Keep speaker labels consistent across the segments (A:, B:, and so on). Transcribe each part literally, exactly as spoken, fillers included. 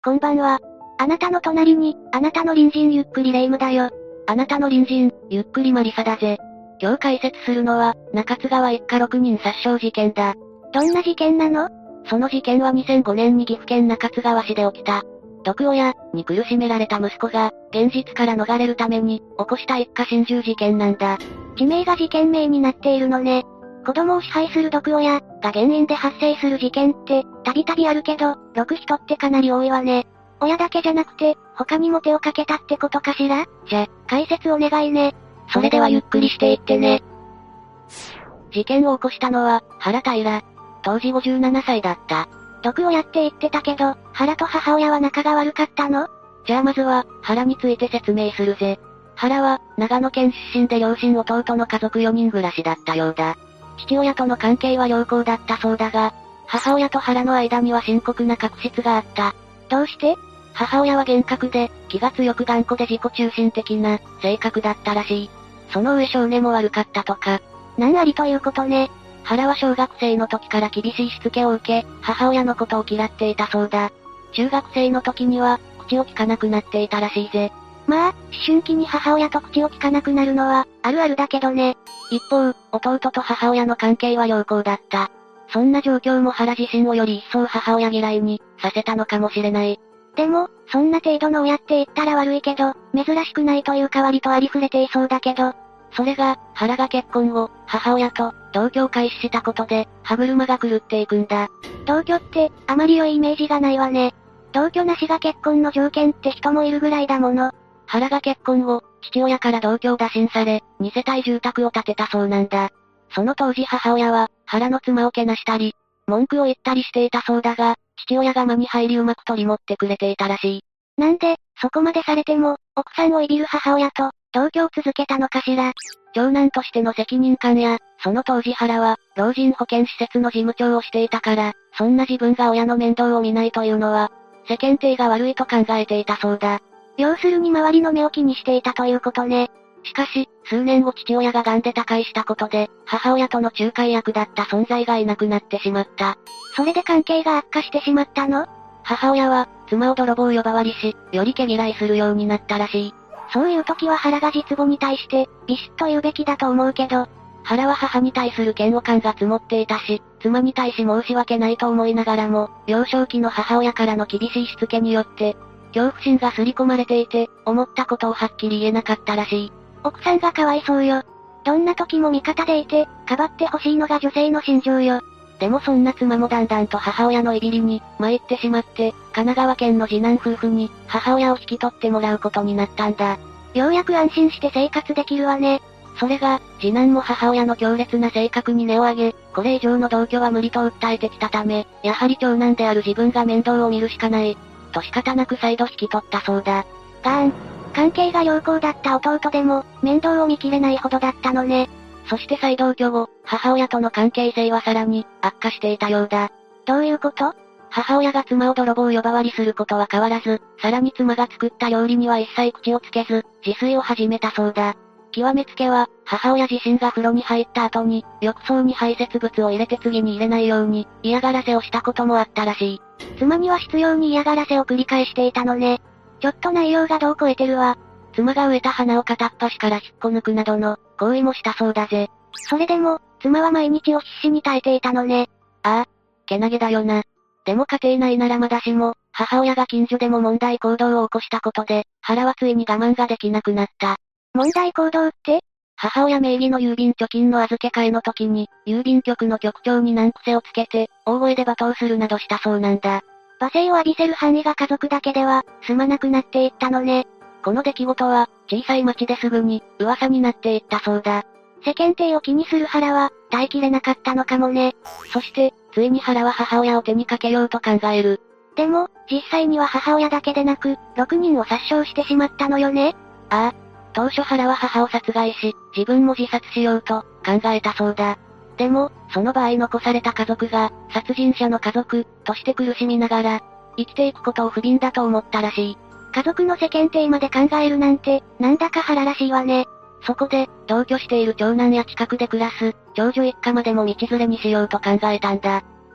A: こんばんは。あなたの隣に、あなたの隣人ゆっくりレ夢ムだよ。
B: あなたの隣人、ゆっくりマリサだぜ。今日解説するのは、中津川一家ろくにん殺傷事件だ。
A: どんな事件なの？
B: その事件はにせんごねんに岐阜県中津川市で起きた。毒親に苦しめられた息子が、現実から逃れるために、起こした一家心中事件なんだ。
A: 地名が事件名になっているのね。子供を支配する毒親が原因で発生する事件って、たびたびあるけど、ろくひとってかなり多いわね。親だけじゃなくて、他にも手をかけたってことかしら？じゃ、解説お願いね。
B: それではゆっくりしていってね。事件を起こしたのは、原平。当時ごじゅうななさいだった。
A: 毒親って言ってたけど、原と母親は仲が悪かったの？
B: じゃあまずは、原について説明するぜ。原は、長野県出身で両親弟の家族よにん暮らしだったようだ。父親との関係は良好だったそうだが、母親と原の間には深刻な確執があった。
A: どうして？
B: 母親は厳格で、気が強く頑固で自己中心的な、性格だったらしい。その上性根も悪かったとか。
A: なんありということね。
B: 原は小学生の時から厳しいしつけを受け、母親のことを嫌っていたそうだ。中学生の時には、口を聞かなくなっていたらしいぜ。
A: まあ、思春期に母親と口を聞かなくなるのは、あるあるだけどね。
B: 一方、弟と母親の関係は良好だった。そんな状況も原自身をより一層母親嫌いに、させたのかもしれない。
A: でも、そんな程度の親って言ったら悪いけど、珍しくないというか割とありふれていそうだけど。
B: それが、原が結婚後、母親と、同居を開始したことで、歯車が狂っていくんだ。
A: 同居って、あまり良いイメージがないわね。同居なしが結婚の条件って人もいるぐらいだもの。
B: 原が結婚後、父親から同居を打診され、に世帯住宅を建てたそうなんだ。その当時母親は、原の妻をけなしたり、文句を言ったりしていたそうだが、父親が間に入りうまく取り持ってくれていたらしい。
A: なんで、そこまでされても、奥さんをいびる母親と、同居を続けたのかしら。
B: 長男としての責任感や、その当時原は、老人保健施設の事務長をしていたから、そんな自分が親の面倒を見ないというのは、世間体が悪いと考えていたそうだ。
A: 要するに周りの目を気にしていたということね。
B: しかし、数年後父親が癌で他界したことで、母親との仲介役だった存在がいなくなってしまった。
A: それで関係が悪化してしまったの？
B: 母親は、妻を泥棒呼ばわりし、より毛嫌いするようになったらしい。
A: そういう時は原が実母に対して、ビシッと言うべきだと思うけど、
B: 原は母に対する嫌悪感が積もっていたし、妻に対し申し訳ないと思いながらも、幼少期の母親からの厳しいしつけによって、恐怖心が刷り込まれていて、思ったことをはっきり言えなかったらしい。
A: 奥さんがかわいそうよ。どんな時も味方でいて、かばってほしいのが女性の心情よ。
B: でもそんな妻もだんだんと母親のいびりに、参ってしまって、神奈川県の次男夫婦に、母親を引き取ってもらうことになったんだ。
A: ようやく安心して生活できるわね。
B: それが、次男も母親の強烈な性格に根を上げ、これ以上の同居は無理と訴えてきたため、やはり長男である自分が面倒を見るしかない、と仕方なく再度引き取ったそうだ。
A: ガーン。関係が良好だった弟でも、面倒を見きれないほどだったのね。
B: そして再同居後、母親との関係性はさらに、悪化していたようだ。
A: どういうこと？
B: 母親が妻を泥棒呼ばわりすることは変わらず、さらに妻が作った料理には一切口をつけず、自炊を始めたそうだ。極めつけは、母親自身が風呂に入った後に、浴槽に排泄物を入れて次に入れないように、嫌がらせをしたこともあったらしい。
A: 妻には執拗に嫌がらせを繰り返していたのね。ちょっと内容がどう超えてるわ。
B: 妻が植えた花を片っ端から引っこ抜くなどの、行為もしたそうだぜ。
A: それでも、妻は毎日を必死に耐えていたのね。
B: ああ、けなげだよな。でも家庭内ならまだしも、母親が近所でも問題行動を起こしたことで、原はついに我慢ができなくなった。
A: 問題行動って？
B: 母親名義の郵便貯金の預け替えの時に、郵便局の局長に難癖をつけて、大声で罵倒するなどしたそうなんだ。
A: 罵声を浴びせる範囲が家族だけでは、済まなくなっていったのね。
B: この出来事は、小さい町ですぐに、噂になっていったそうだ。
A: 世間体を気にする原は、耐えきれなかったのかもね。
B: そして、ついに原は母親を手にかけようと考える。
A: でも、実際には母親だけでなく、ろくにんを殺傷してしまったのよね。
B: ああ。当初原は母を殺害し、自分も自殺しようと、考えたそうだ。でも、その場合残された家族が、殺人者の家族、として苦しみながら、生きていくことを不憫だと思ったらしい。
A: 家族の世間体まで考えるなんて、なんだか原らしいわね。
B: そこで、同居している長男や近くで暮らす、長女一家までも道連れにしようと考えたんだ。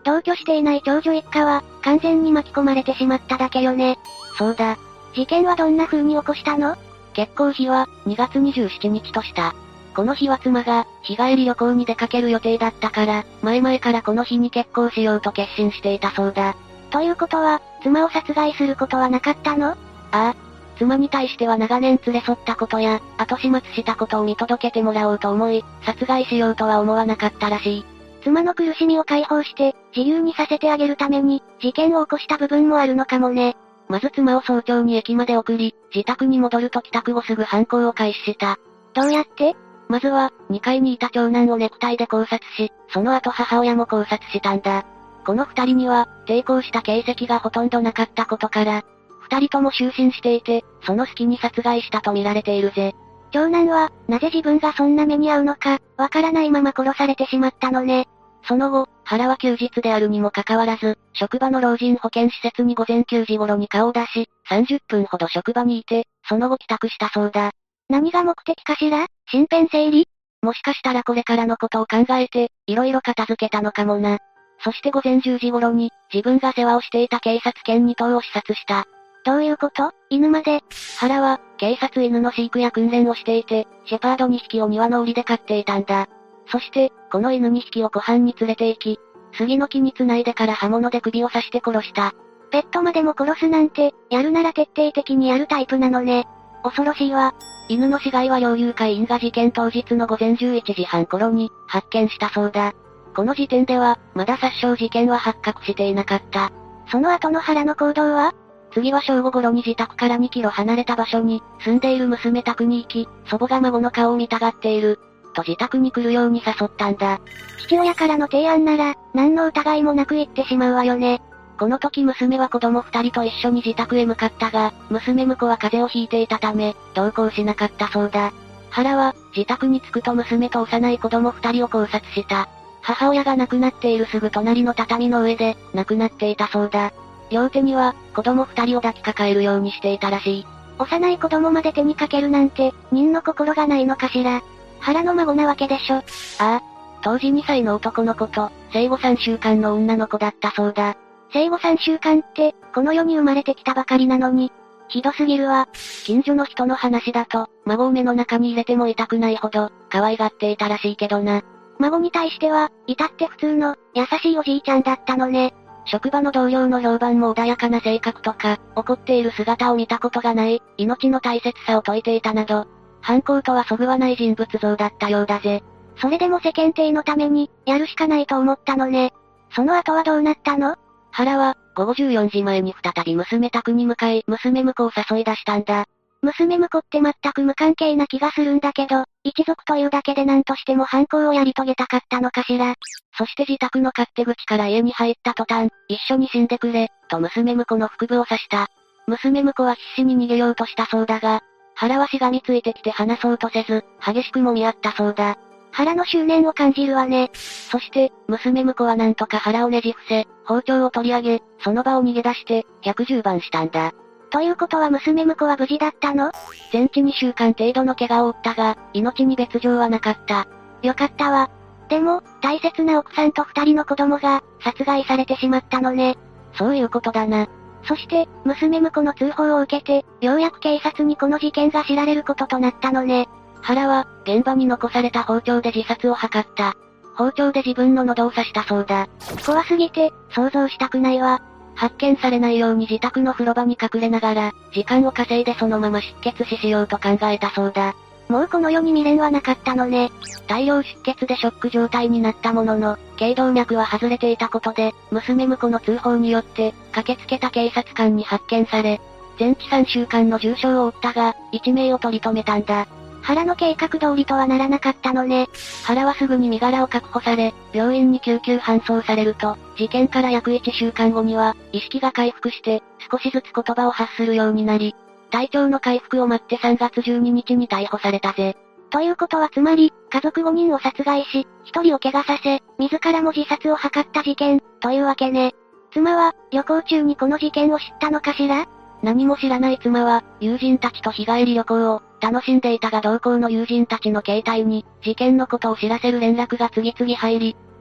A: 同居していない長女一家は、完全に巻き込まれてしまっただけよね。
B: そうだ。
A: 事件はどんな風に起こしたの？
B: 決行日は、にがつにじゅうしちにちとした。この日は妻が、日帰り旅行に出かける予定だったから、前々からこの日に決行しようと決心していたそうだ。
A: ということは、妻を殺害することはなかったの？あ
B: あ。妻に対しては長年連れ添ったことや、後始末したことを見届けてもらおうと思い、殺害しようとは思わなかったらしい。
A: 妻の苦しみを解放して、自由にさせてあげるために、事件を起こした部分もあるのかもね。
B: まず妻を早朝に駅まで送り、自宅に戻ると帰宅後すぐ犯行を開始した。
A: どうやって？
B: まずは、にかいにいた長男をネクタイで絞殺し、その後母親も絞殺したんだ。この二人には、抵抗した形跡がほとんどなかったことから、二人とも就寝していて、その隙に殺害したと見られているぜ。
A: 長男は、なぜ自分がそんな目に遭うのか、わからないまま殺されてしまったのね。
B: その後、原は休日であるにもかかわらず、職場の老人保健施設に午前くじ頃に顔を出し、さんじゅっぷんほど職場にいて、その後帰宅したそうだ。
A: 何が目的かしら？身辺整理？
B: もしかしたらこれからのことを考えて、いろいろ片付けたのかもな。そして午前じゅうじ頃に、自分が世話をしていた警察犬に頭を視察した。
A: どういうこと？犬まで？
B: 原は、警察犬の飼育や訓練をしていて、シェパードにひきを庭の檻で飼っていたんだ。そして、この犬にひきを湖畔に連れて行き、杉の木に繋いでから刃物で首を刺して殺した。
A: ペットまでも殺すなんて、やるなら徹底的にやるタイプなのね。恐ろしいわ。
B: 犬の死骸は猟友会員が事件当日の午前じゅういちじはん頃に、発見したそうだ。この時点では、まだ殺傷事件は発覚していなかった。
A: その後の原の行動は？
B: 次は正午頃に自宅からにキロ離れた場所に、住んでいる娘宅に行き、祖母が孫の顔を見たがっている。と自宅に来るように誘ったんだ。
A: 父親からの提案なら、何の疑いもなく言ってしまうわよね。
B: この時娘は子供二人と一緒に自宅へ向かったが、娘婿は風邪をひいていたため、同行しなかったそうだ。原は、自宅に着くと娘と幼い子供二人を考察した。母親が亡くなっているすぐ隣の畳の上で、亡くなっていたそうだ。両手には、子供二人を抱きかかえるようにしていたらしい。
A: 幼い子供まで手にかけるなんて、人の心がないのかしら。原の孫なわけでしょ。あ
B: あ。当時にさいの男の子と、生後さんしゅうかんの女の子だったそうだ。
A: 生後さんしゅうかんって、この世に生まれてきたばかりなのに、ひどすぎるわ。
B: 近所の人の話だと、孫を目の中に入れても痛くないほど、可愛がっていたらしいけどな。
A: 孫に対しては、至って普通の、優しいおじいちゃんだったのね。
B: 職場の同僚の評判も穏やかな性格とか、怒っている姿を見たことがない、命の大切さを説いていたなど、犯行とはそぐわない人物像だったようだぜ。
A: それでも世間体のために、やるしかないと思ったのね。その後はどうなったの？
B: 原は、午後じゅうよじまえに再び娘宅に向かい、娘婿を誘い出したんだ。
A: 娘婿って全く無関係な気がするんだけど、一族というだけで何としても犯行をやり遂げたかったのかしら。
B: そして自宅の勝手口から家に入った途端、一緒に死んでくれ、と娘婿の腹部を刺した。娘婿は必死に逃げようとしたそうだが、原はしがみついてきて離そうとせず、激しく揉み合ったそうだ。
A: 原の執念を感じるわね。
B: そして、娘婿はなんとか原をねじ伏せ、包丁を取り上げ、その場を逃げ出して、ひゃくじゅうばんしたんだ。
A: ということは娘婿は無事だったの？
B: 全治にしゅうかん程度の怪我を負ったが、命に別状はなかった。
A: よかったわ。でも、大切な奥さんと二人の子供が、殺害されてしまったのね。
B: そういうことだな。
A: そして、娘婿の通報を受けて、ようやく警察にこの事件が知られることとなったのね。
B: 原は、現場に残された包丁で自殺を図った。包丁で自分の喉を刺したそうだ。
A: 怖すぎて、想像したくないわ。
B: 発見されないように自宅の風呂場に隠れながら、時間を稼いでそのまま失血死しようと考えたそうだ。
A: もうこの世に未練はなかったのね。
B: 大量出血でショック状態になったものの、頸動脈は外れていたことで、娘婿の通報によって、駆けつけた警察官に発見され、全治さんしゅうかんの重傷を負ったが、いちめいを取り留めたんだ。
A: 原の計画通りとはならなかったのね。
B: 原はすぐに身柄を確保され、病院に救急搬送されると、事件から約いっしゅうかんごには、意識が回復して、少しずつ言葉を発するようになり、体調の回復を待ってさんがつじゅうににちに逮捕されたぜ。
A: ということはつまり、家族ごにんを殺害し、ひとりを怪我させ、自らも自殺を図った事件、というわけね。妻は、旅行中にこの事件を知ったのかしら？
B: 何も知らない妻は、友人たちと日帰り旅行を、楽しんでいたが同行の友人たちの携帯に、事件のことを知らせる連絡が次々入り、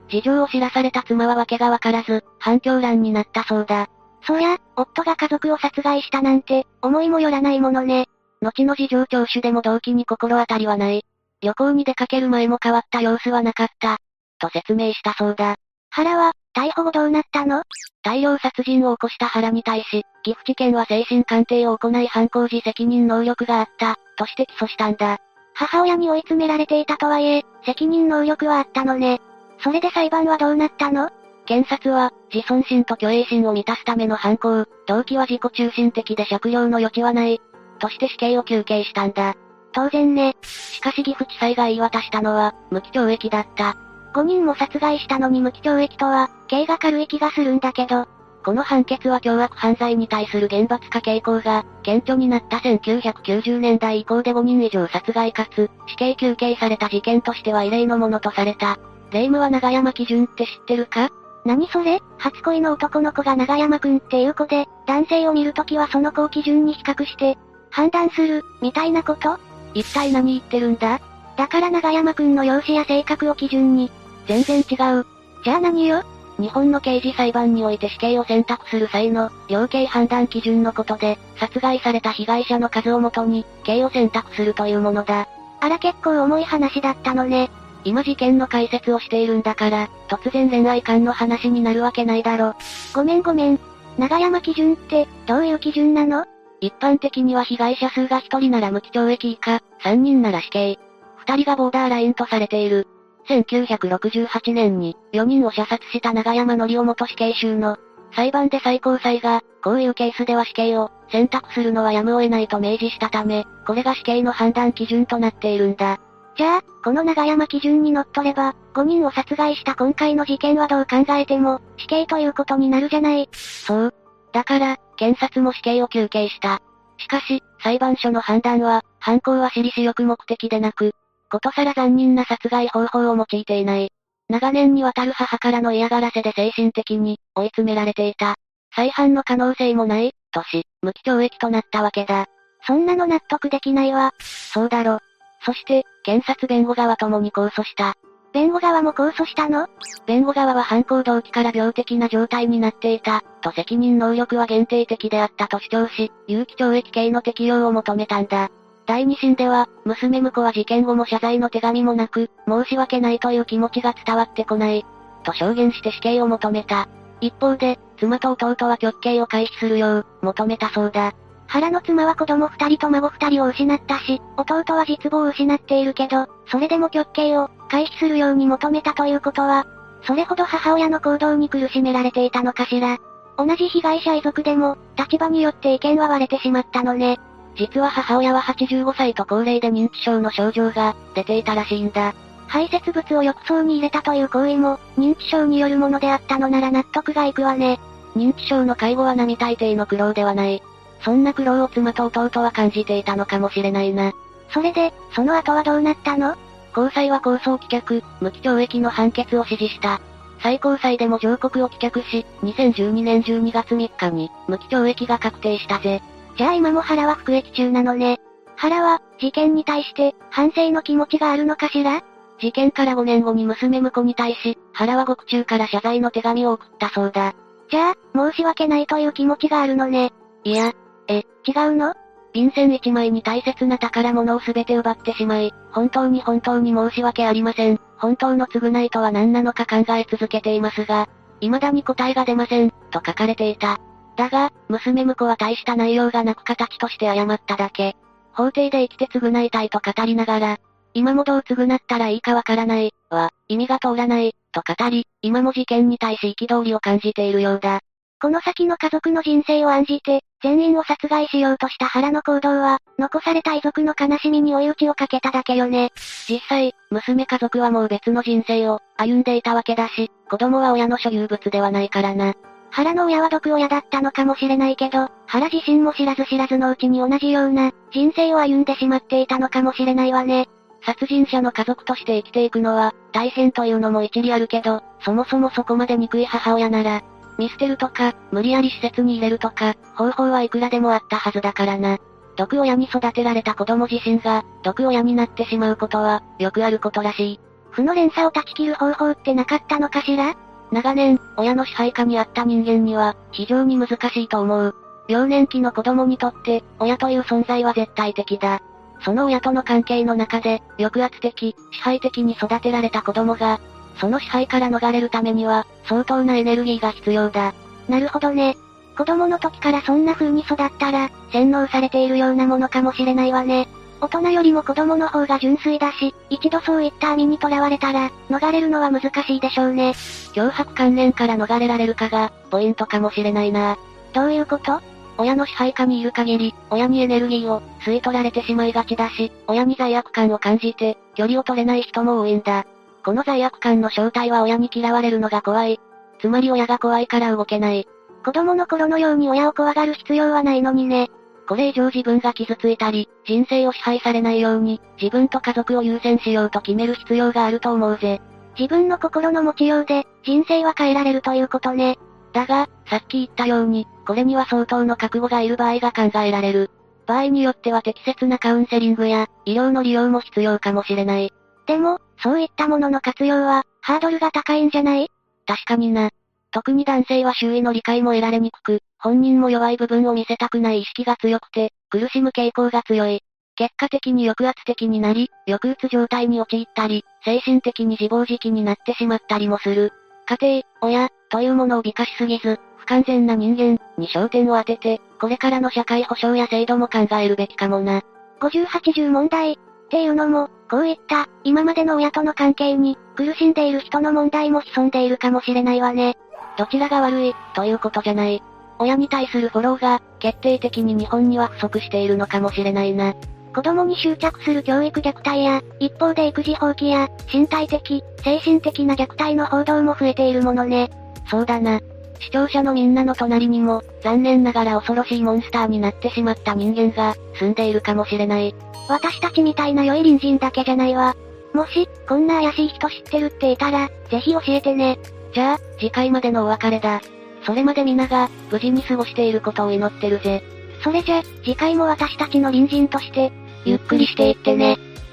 B: 事情を知らされた妻は訳がわからず、反響乱になったそうだ。
A: そりゃ、夫が家族を殺害したなんて、思いもよらないものね。
B: 後の事情聴取でも動機に心当たりはない。旅行に出かける前も変わった様子はなかった。と説明したそうだ。
A: 原は、逮捕後どうなったの？
B: 大量殺人を起こした原に対し、岐阜地検は精神鑑定を行い犯行時責任能力があった、として起訴したんだ。
A: 母親に追い詰められていたとはいえ、責任能力はあったのね。それで裁判はどうなったの？
B: 検察は、自尊心と虚栄心を満たすための犯行、動機は自己中心的で酌量の余地はない、として死刑を求刑したんだ。
A: 当然ね。
B: しかし岐阜地裁が言い渡したのは、無期懲役だった。
A: ごにんも殺害したのに無期懲役とは、刑が軽い気がするんだけど。
B: この判決は凶悪犯罪に対する厳罰化傾向が、顕著になったせんきゅうひゃくきゅうじゅうねんだい以降でごにん以上殺害かつ、死刑求刑された事件としては異例のものとされた。霊夢は永山基準って知ってるか？
A: 何それ？初恋の男の子が永山くんっていう子で、男性を見るときはその子を基準に比較して、判断する、みたいなこと？
B: 一体何言ってるんだ？
A: だから永山くんの容姿や性格を基準に。
B: 全然違う。
A: じゃあ何よ？
B: 日本の刑事裁判において死刑を選択する際の、量刑判断基準のことで、殺害された被害者の数をもとに、刑を選択するというものだ。
A: あら結構重い話だったのね。
B: 今事件の解説をしているんだから、突然恋愛観の話になるわけないだろ。
A: ごめんごめん。永山基準って、どういう基準なの？
B: 一般的には被害者数がひとりなら無期懲役以下、さんにんなら死刑。ふたりがボーダーラインとされている。せんきゅうひゃくろくじゅうはちねんに、よにんを射殺した永山則夫元死刑囚の、裁判で最高裁が、こういうケースでは死刑を、選択するのはやむを得ないと明示したため、これが死刑の判断基準となっているんだ。
A: じゃあ、この永山基準にのっとれば、ごにんを殺害した今回の事件はどう考えても、死刑ということになるじゃない。
B: そう。だから、検察も死刑を求刑した。しかし、裁判所の判断は、犯行は私利私欲目的でなく、ことさら残忍な殺害方法を用いていない。長年にわたる母からの嫌がらせで精神的に追い詰められていた。再犯の可能性もない、とし、無期懲役となったわけだ。
A: そんなの納得できないわ。
B: そうだろ。そして、検察弁護側ともに控訴した。
A: 弁護側も控訴したの？
B: 弁護側は犯行動機から病的な状態になっていた、と責任能力は限定的であったと主張し、有期懲役刑の適用を求めたんだ。第二審では、娘婿は事件後も謝罪の手紙もなく、申し訳ないという気持ちが伝わってこない、と証言して死刑を求めた。一方で、妻と弟は極刑を回避するよう、求めたそうだ。
A: 原の妻は子供二人と孫二人を失ったし、弟は実母を失っているけど、それでも極刑を回避するように求めたということは、それほど母親の行動に苦しめられていたのかしら。同じ被害者遺族でも、立場によって意見は割れてしまったのね。
B: 実は母親ははちじゅうごさいと高齢で認知症の症状が出ていたらしいんだ。
A: 排泄物を浴槽に入れたという行為も、認知症によるものであったのなら納得がいくわね。
B: 認知症の介護は並大抵の苦労ではない。そんな苦労を妻と弟は感じていたのかもしれないな。
A: それで、その後はどうなったの？
B: 高裁は控訴を棄却、無期懲役の判決を支持した。最高裁でも上告を棄却し、にせんじゅうにねんじゅうにがつみっかに、無期懲役が確定したぜ。
A: じゃあ今も原は服役中なのね。原は、事件に対して、反省の気持ちがあるのかしら？
B: 事件からごねんごに娘婿に対し、原は獄中から謝罪の手紙を送ったそうだ。
A: じゃあ、申し訳ないという気持ちがあるのね。
B: いや、
A: え、違うの？
B: 便箋一枚に大切な宝物をすべて奪ってしまい、本当に本当に申し訳ありません。本当の償いとは何なのか考え続けていますが、未だに答えが出ません、と書かれていた。だが、娘婿は大した内容がなく形として謝っただけ。法廷で生きて償いたいと語りながら、今もどう償ったらいいかわからない、は、意味が通らない、と語り、今も事件に対し憤りを感じているようだ。
A: この先の家族の人生を案じて、全員を殺害しようとした原の行動は、残された遺族の悲しみに追い打ちをかけただけよね。
B: 実際、娘家族はもう別の人生を歩んでいたわけだし、子供は親の所有物ではないからな。
A: 原の親は毒親だったのかもしれないけど、原自身も知らず知らずのうちに同じような人生を歩んでしまっていたのかもしれないわね。
B: 殺人者の家族として生きていくのは、大変というのも一理あるけど、そもそもそこまで憎い母親なら、見捨てるとか、無理やり施設に入れるとか、方法はいくらでもあったはずだからな。毒親に育てられた子供自身が、毒親になってしまうことは、よくあることらしい。
A: 負の連鎖を断ち切る方法ってなかったのかしら？
B: 長年、親の支配下にあった人間には、非常に難しいと思う。幼年期の子供にとって、親という存在は絶対的だ。その親との関係の中で、抑圧的、支配的に育てられた子供が、その支配から逃れるためには、相当なエネルギーが必要だ。
A: なるほどね。子供の時からそんな風に育ったら、洗脳されているようなものかもしれないわね。大人よりも子供の方が純粋だし、一度そういった網に囚われたら、逃れるのは難しいでしょうね。
B: 脅迫観念から逃れられるかが、ポイントかもしれないな。
A: どういうこと？
B: 親の支配下にいる限り、親にエネルギーを吸い取られてしまいがちだし、親に罪悪感を感じて、距離を取れない人も多いんだ。この罪悪感の正体は親に嫌われるのが怖い。つまり親が怖いから動けない。
A: 子供の頃のように親を怖がる必要はないのにね。
B: これ以上自分が傷ついたり、人生を支配されないように、自分と家族を優先しようと決める必要があると思うぜ。
A: 自分の心の持ちようで、人生は変えられるということね。
B: だが、さっき言ったように、これには相当の覚悟がいる場合が考えられる。場合によっては適切なカウンセリングや、医療の利用も必要かもしれない。
A: でも、そういったものの活用は、ハードルが高いんじゃない？
B: 確かにな。特に男性は周囲の理解も得られにくく、本人も弱い部分を見せたくない意識が強くて、苦しむ傾向が強い。結果的に抑圧的になり、抑うつ状態に陥ったり、精神的に自暴自棄になってしまったりもする。家庭、親、というものを美化しすぎず、不完全な人間に焦点を当てて、これからの社会保障や制度も考えるべきかもな。
A: ごじゅうはちじゅう問題っていうのも、こういった、今までの親との関係に、苦しんでいる人の問題も潜んでいるかもしれないわね。
B: どちらが悪い、ということじゃない。親に対するフォローが、決定的に日本には不足しているのかもしれないな。
A: 子供に執着する教育虐待や、一方で育児放棄や、身体的、精神的な虐待の報道も増えているものね。
B: そうだな。視聴者のみんなの隣にも、残念ながら恐ろしいモンスターになってしまった人間が、住んでいるかもしれない。
A: 私たちみたいな良い隣人だけじゃないわ。もし、こんな怪しい人知ってるっていたら、ぜひ教えてね。
B: じゃあ、次回までのお別れだ。それまで皆が、無事に過ごしていることを祈ってるぜ。
A: それじゃ、次回も私たちの隣人として、ゆっくりしていってね。